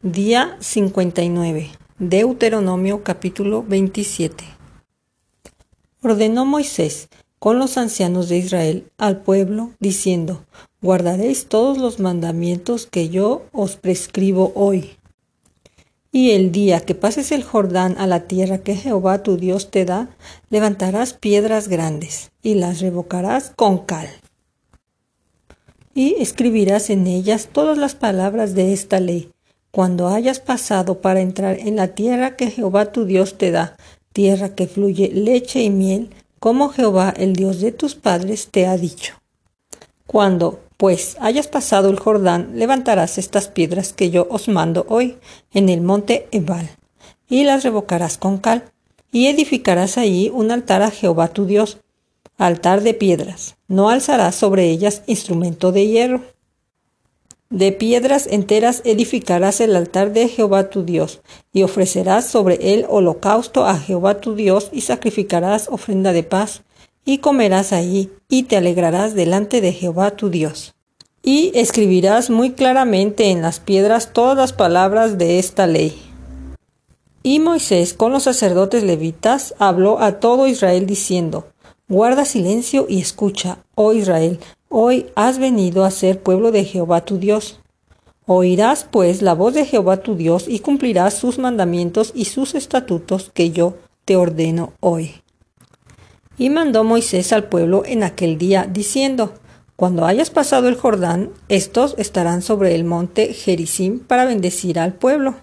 Día 59. Deuteronomio capítulo 27. Ordenó Moisés con los ancianos de Israel al pueblo, diciendo: guardaréis todos los mandamientos que yo os prescribo hoy. Y el día que pases el Jordán a la tierra que Jehová tu Dios te da, levantarás piedras grandes y las revocarás con cal. Y escribirás en ellas todas las palabras de esta ley, cuando hayas pasado para entrar en la tierra que Jehová tu Dios te da, tierra que fluye leche y miel, como Jehová el Dios de tus padres te ha dicho. Cuando, pues, hayas pasado el Jordán, levantarás estas piedras que yo os mando hoy, en el monte Ebal, y las revocarás con cal, y edificarás allí un altar a Jehová tu Dios, altar de piedras. No alzarás sobre ellas instrumento de hierro. De piedras enteras edificarás el altar de Jehová tu Dios, y ofrecerás sobre él holocausto a Jehová tu Dios, y sacrificarás ofrenda de paz, y comerás allí, y te alegrarás delante de Jehová tu Dios. Y escribirás muy claramente en las piedras todas las palabras de esta ley. Y Moisés con los sacerdotes levitas habló a todo Israel diciendo: guarda silencio y escucha, oh Israel, hoy has venido a ser pueblo de Jehová tu Dios. Oirás pues la voz de Jehová tu Dios y cumplirás sus mandamientos y sus estatutos que yo te ordeno hoy. Y mandó Moisés al pueblo en aquel día, diciendo: cuando hayas pasado el Jordán, estos estarán sobre el monte Gerizim para bendecir al pueblo.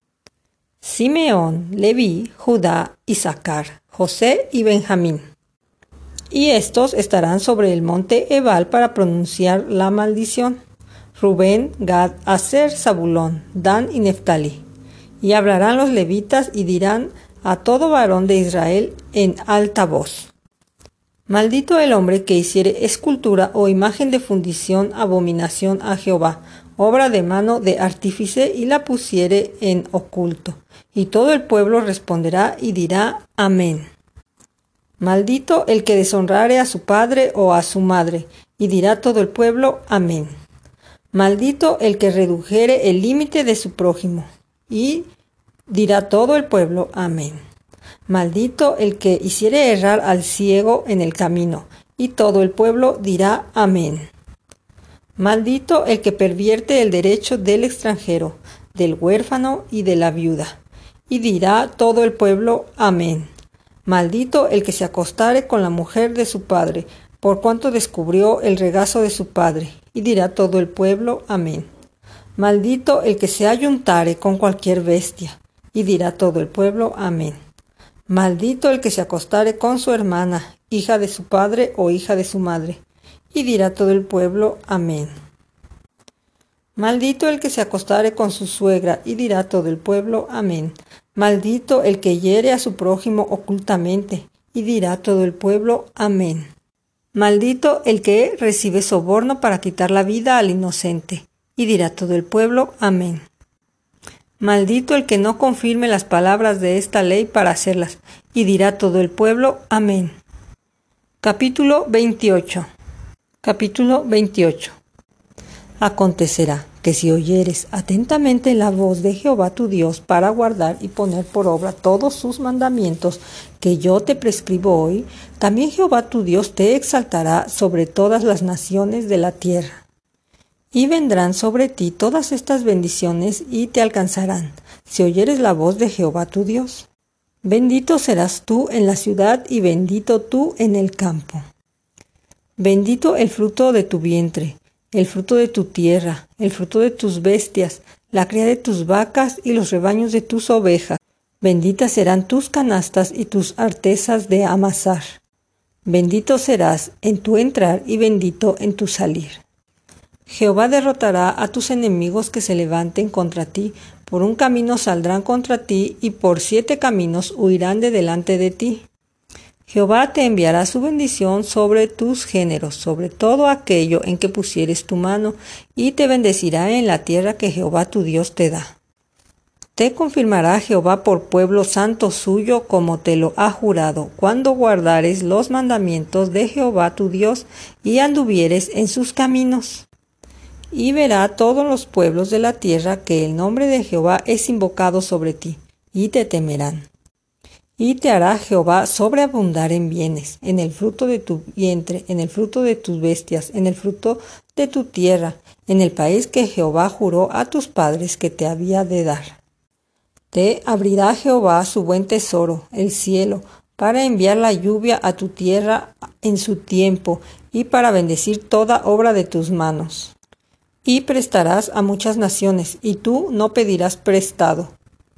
Simeón, Leví, Judá, Isaacar, José y Benjamín. Y estos estarán sobre el monte Ebal para pronunciar la maldición: Rubén, Gad, Aser, Zabulón, Dan y Neftalí. Y hablarán los levitas y dirán a todo varón de Israel en alta voz: maldito el hombre que hiciere escultura o imagen de fundición, abominación a Jehová, obra de mano de artífice, y la pusiere en oculto. Y todo el pueblo responderá y dirá: amén. Maldito el que deshonrare a su padre o a su madre, y dirá todo el pueblo: amén. Maldito el que redujere el límite de su prójimo, y dirá todo el pueblo: amén. Maldito el que hiciere errar al ciego en el camino, y todo el pueblo dirá: amén. Maldito el que pervierte el derecho del extranjero, del huérfano y de la viuda, y dirá todo el pueblo: amén. Maldito el que se acostare con la mujer de su padre, por cuanto descubrió el regazo de su padre, y dirá todo el pueblo: amén. Maldito el que se ayuntare con cualquier bestia, y dirá todo el pueblo: amén. Maldito el que se acostare con su hermana, hija de su padre o hija de su madre, y dirá todo el pueblo: amén. Maldito el que se acostare con su suegra, y dirá todo el pueblo: amén. Maldito el que hiere a su prójimo ocultamente, y dirá todo el pueblo: amén. Maldito el que recibe soborno para quitar la vida al inocente, y dirá todo el pueblo: amén. Maldito el que no confirme las palabras de esta ley para hacerlas, y dirá todo el pueblo: amén. Capítulo 28. Capítulo 28. Acontecerá que si oyeres atentamente la voz de Jehová tu Dios para guardar y poner por obra todos sus mandamientos que yo te prescribo hoy, también Jehová tu Dios te exaltará sobre todas las naciones de la tierra. Y vendrán sobre ti todas estas bendiciones y te alcanzarán, si oyeres la voz de Jehová tu Dios. Bendito serás tú en la ciudad y bendito tú en el campo. Bendito el fruto de tu vientre, el fruto de tu tierra, el fruto de tus bestias, la cría de tus vacas y los rebaños de tus ovejas. Benditas serán tus canastas y tus artesas de amasar. Bendito serás en tu entrar y bendito en tu salir. Jehová derrotará a tus enemigos que se levanten contra ti. Por un camino saldrán contra ti, y por 7 caminos huirán de delante de ti. Jehová te enviará su bendición sobre tus géneros, sobre todo aquello en que pusieres tu mano, y te bendecirá en la tierra que Jehová tu Dios te da. Te confirmará Jehová por pueblo santo suyo, como te lo ha jurado, cuando guardares los mandamientos de Jehová tu Dios y anduvieres en sus caminos. Y verá todos los pueblos de la tierra que el nombre de Jehová es invocado sobre ti, y te temerán. Y te hará Jehová sobreabundar en bienes, en el fruto de tu vientre, en el fruto de tus bestias, en el fruto de tu tierra, en el país que Jehová juró a tus padres que te había de dar. Te abrirá Jehová su buen tesoro, el cielo, para enviar la lluvia a tu tierra en su tiempo, y para bendecir toda obra de tus manos. Y prestarás a muchas naciones, y tú no pedirás prestado.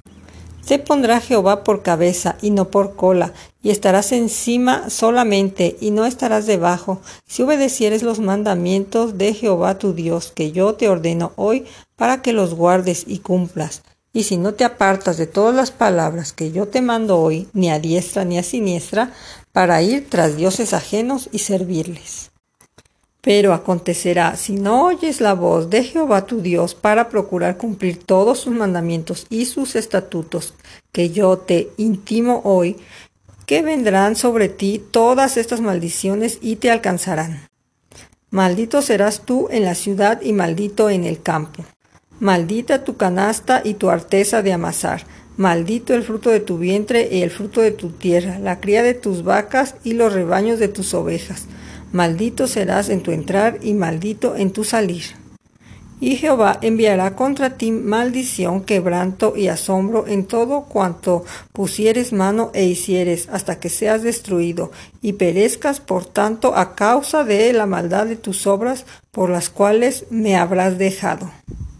Te pondrá Jehová por cabeza y no por cola, y estarás encima solamente, y no estarás debajo, si obedecieres los mandamientos de Jehová tu Dios, que yo te ordeno hoy, para que los guardes y cumplas. Y si no te apartas de todas las palabras que yo te mando hoy, ni a diestra ni a siniestra, para ir tras dioses ajenos y servirles. Pero acontecerá, si no oyes la voz de Jehová tu Dios para procurar cumplir todos sus mandamientos y sus estatutos que yo te intimo hoy, que vendrán sobre ti todas estas maldiciones y te alcanzarán. Maldito serás tú en la ciudad y maldito en el campo. Maldita tu canasta y tu arteza de amasar. Maldito el fruto de tu vientre y el fruto de tu tierra, la cría de tus vacas y los rebaños de tus ovejas. Maldito serás en tu entrar y maldito en tu salir. Y Jehová enviará contra ti maldición, quebranto y asombro en todo cuanto pusieres mano e hicieres, hasta que seas destruido, y perezcas por tanto a causa de la maldad de tus obras, por las cuales me habrás dejado.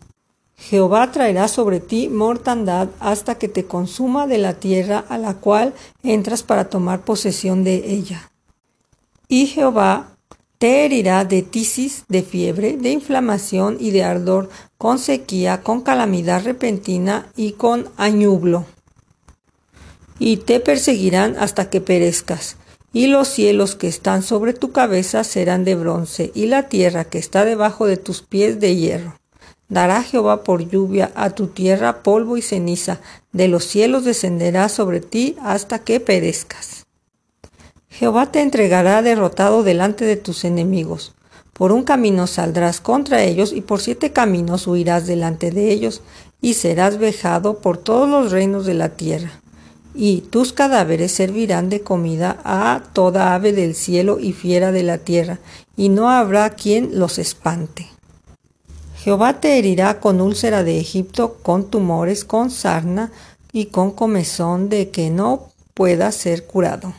Jehová traerá sobre ti mortandad hasta que te consuma de la tierra a la cual entras para tomar posesión de ella. Y Jehová te herirá de tisis, de fiebre, de inflamación y de ardor, con sequía, con calamidad repentina y con añublo. Y te perseguirán hasta que perezcas. Y los cielos que están sobre tu cabeza serán de bronce, y la tierra que está debajo de tus pies de hierro. Dará Jehová por lluvia a tu tierra polvo y ceniza, de los cielos descenderá sobre ti hasta que perezcas. Jehová te entregará derrotado delante de tus enemigos. Por un camino saldrás contra ellos, y por 7 caminos huirás delante de ellos, y serás vejado por todos los reinos de la tierra. Y tus cadáveres servirán de comida a toda ave del cielo y fiera de la tierra, y no habrá quien los espante. Jehová te herirá con úlcera de Egipto, con tumores, con sarna y con comezón de que no pueda ser curado.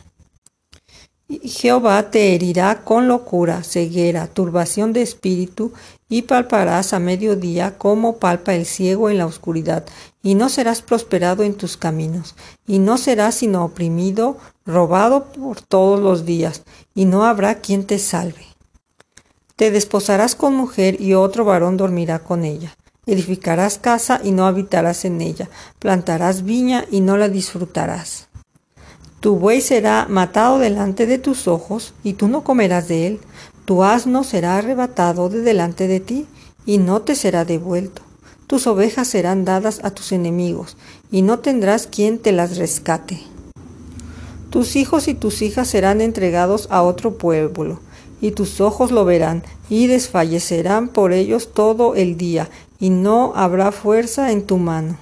Jehová te herirá con locura, ceguera, turbación de espíritu, y palparás a mediodía como palpa el ciego en la oscuridad, y no serás prosperado en tus caminos, y no serás sino oprimido, robado por todos los días, y no habrá quien te salve. Te desposarás con mujer, y otro varón dormirá con ella. Edificarás casa, y no habitarás en ella. Plantarás viña, y no la disfrutarás. Tu buey será matado delante de tus ojos, y tú no comerás de él. Tu asno será arrebatado de delante de ti, y no te será devuelto. Tus ovejas serán dadas a tus enemigos, y no tendrás quien te las rescate. Tus hijos y tus hijas serán entregados a otro pueblo, y tus ojos lo verán, y desfallecerán por ellos todo el día, y no habrá fuerza en tu mano.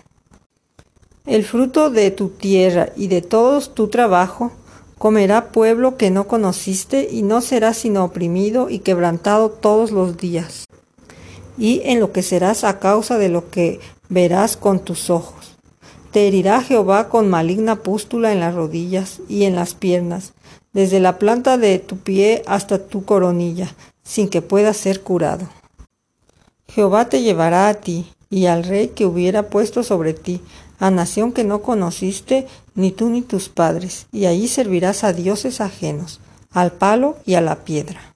El fruto de tu tierra y de todo tu trabajo comerá pueblo que no conociste, y no será sino oprimido y quebrantado todos los días. Y enloquecerás a causa de lo que verás con tus ojos. Te herirá Jehová con maligna pústula en las rodillas y en las piernas, desde la planta de tu pie hasta tu coronilla, sin que puedas ser curado. Jehová te llevará a ti y al rey que hubiera puesto sobre ti, a nación que no conociste, ni tú ni tus padres, y allí servirás a dioses ajenos, al palo y a la piedra.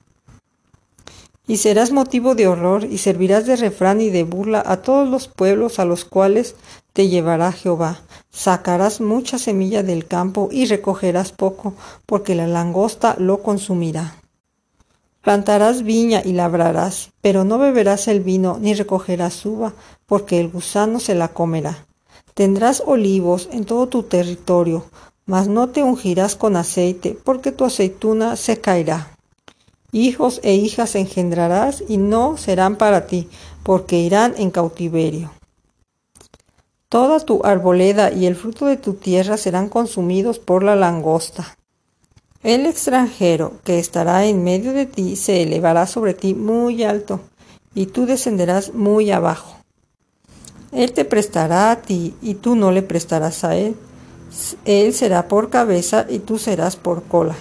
Y serás motivo de horror, y servirás de refrán y de burla a todos los pueblos a los cuales te llevará Jehová. Sacarás mucha semilla del campo y recogerás poco, porque la langosta lo consumirá. Plantarás viña y labrarás, pero no beberás el vino ni recogerás uva, porque el gusano se la comerá. Tendrás olivos en todo tu territorio, mas no te ungirás con aceite, porque tu aceituna se caerá. Hijos e hijas engendrarás, y no serán para ti, porque irán en cautiverio. Toda tu arboleda y el fruto de tu tierra serán consumidos por la langosta. El extranjero que estará en medio de ti se elevará sobre ti muy alto, y tú descenderás muy abajo. Él te prestará a ti, y tú no le prestarás a él. Él será por cabeza, y tú serás por cola.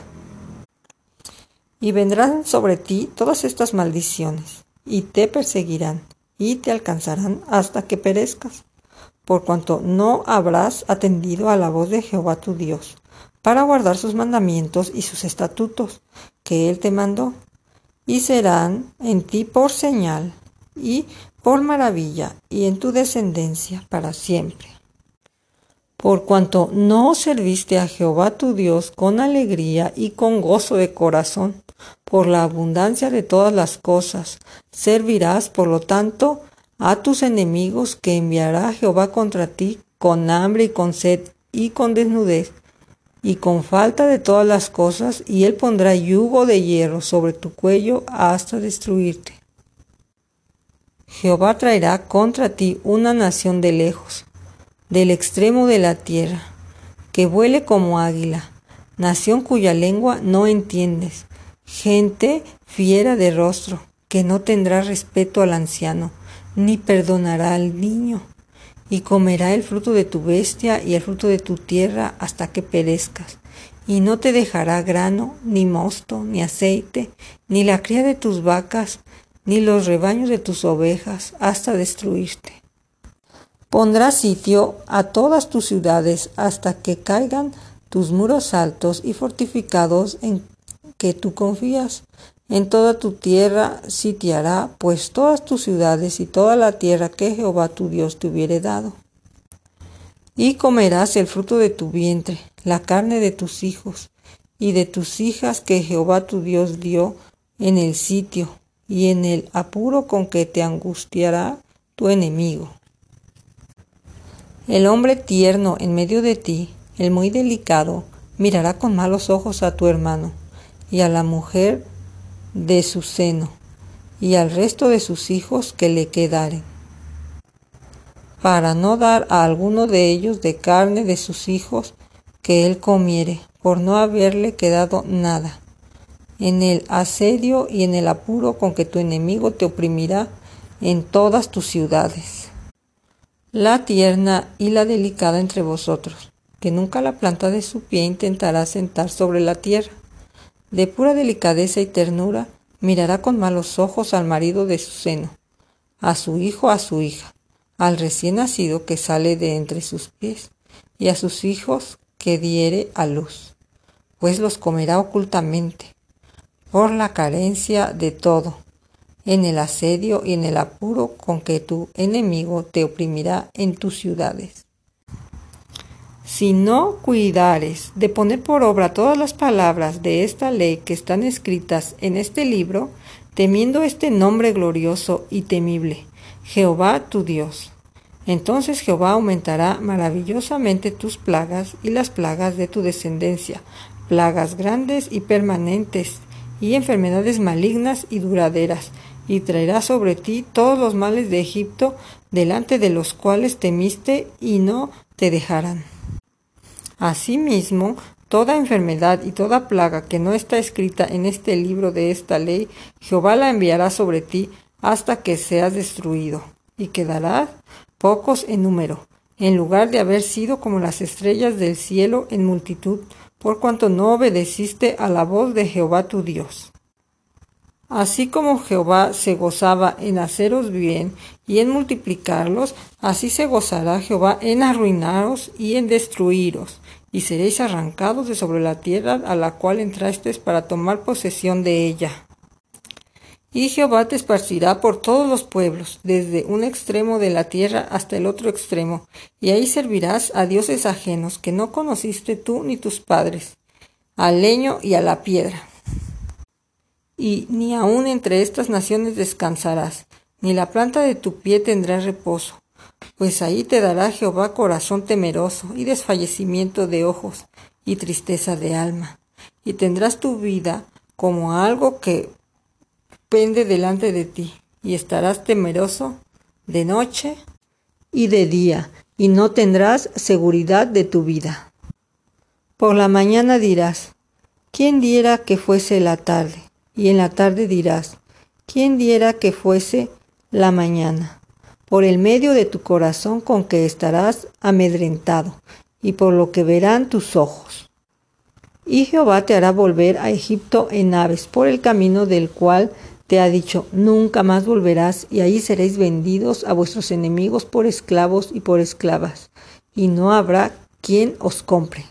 Y vendrán sobre ti todas estas maldiciones, y te perseguirán, y te alcanzarán hasta que perezcas, por cuanto no habrás atendido a la voz de Jehová tu Dios, para guardar sus mandamientos y sus estatutos, que Él te mandó, y serán en ti por señal, y por maravilla, y en tu descendencia para siempre. Por cuanto no serviste a Jehová tu Dios con alegría y con gozo de corazón, por la abundancia de todas las cosas, servirás, por lo tanto, a tus enemigos que enviará Jehová contra ti, con hambre y con sed y con desnudez, y con falta de todas las cosas, y él pondrá yugo de hierro sobre tu cuello hasta destruirte. Jehová traerá contra ti una nación de lejos, del extremo de la tierra, que vuele como águila, nación cuya lengua no entiendes, gente fiera de rostro, que no tendrá respeto al anciano, ni perdonará al niño, y comerá el fruto de tu bestia y el fruto de tu tierra hasta que perezcas, y no te dejará grano, ni mosto, ni aceite, ni la cría de tus vacas, ni los rebaños de tus ovejas, hasta destruirte. Pondrá sitio a todas tus ciudades hasta que caigan tus muros altos y fortificados en que tú confías. En toda tu tierra sitiará, pues, todas tus ciudades y toda la tierra que Jehová tu Dios te hubiere dado. Y comerás el fruto de tu vientre, la carne de tus hijos y de tus hijas que Jehová tu Dios dio en el sitio y en el apuro con que te angustiará tu enemigo. El hombre tierno en medio de ti, el muy delicado, mirará con malos ojos a tu hermano, y a la mujer de su seno, y al resto de sus hijos que le quedaren, para no dar a alguno de ellos de carne de sus hijos que él comiere, por no haberle quedado nada, en el asedio y en el apuro con que tu enemigo te oprimirá en todas tus ciudades. La tierna y la delicada entre vosotros, que nunca la planta de su pie intentará sentar sobre la tierra, de pura delicadeza y ternura, mirará con malos ojos al marido de su seno, a su hijo, a su hija, al recién nacido que sale de entre sus pies, y a sus hijos que diere a luz, pues los comerá ocultamente, por la carencia de todo, en el asedio y en el apuro con que tu enemigo te oprimirá en tus ciudades. Si no cuidares de poner por obra todas las palabras de esta ley que están escritas en este libro, temiendo este nombre glorioso y temible, Jehová tu Dios, entonces Jehová aumentará maravillosamente tus plagas y las plagas de tu descendencia, plagas grandes y permanentes, y enfermedades malignas y duraderas, y traerá sobre ti todos los males de Egipto, delante de los cuales temiste y no te dejarán. Asimismo, toda enfermedad y toda plaga que no está escrita en este libro de esta ley, Jehová la enviará sobre ti hasta que seas destruido, y quedarás pocos en número, en lugar de haber sido como las estrellas del cielo en multitud, por cuanto no obedeciste a la voz de Jehová tu Dios. Así como Jehová se gozaba en haceros bien y en multiplicarlos, así se gozará Jehová en arruinaros y en destruiros, y seréis arrancados de sobre la tierra a la cual entrasteis para tomar posesión de ella. Y Jehová te esparcirá por todos los pueblos, desde un extremo de la tierra hasta el otro extremo, y ahí servirás a dioses ajenos que no conociste tú ni tus padres, al leño y a la piedra. Y ni aun entre estas naciones descansarás, ni la planta de tu pie tendrá reposo, pues ahí te dará Jehová corazón temeroso y desfallecimiento de ojos y tristeza de alma, y tendrás tu vida como algo que pende delante de ti, y estarás temeroso de noche y de día, y no tendrás seguridad de tu vida. Por la mañana dirás, ¿quién diera que fuese la tarde? Y en la tarde dirás, ¿quién diera que fuese la mañana? Por el medio de tu corazón con que estarás amedrentado, y por lo que verán tus ojos. Y Jehová te hará volver a Egipto en naves, por el camino del cual te ha dicho, nunca más volverás, y allí seréis vendidos a vuestros enemigos por esclavos y por esclavas, y no habrá quien os compre.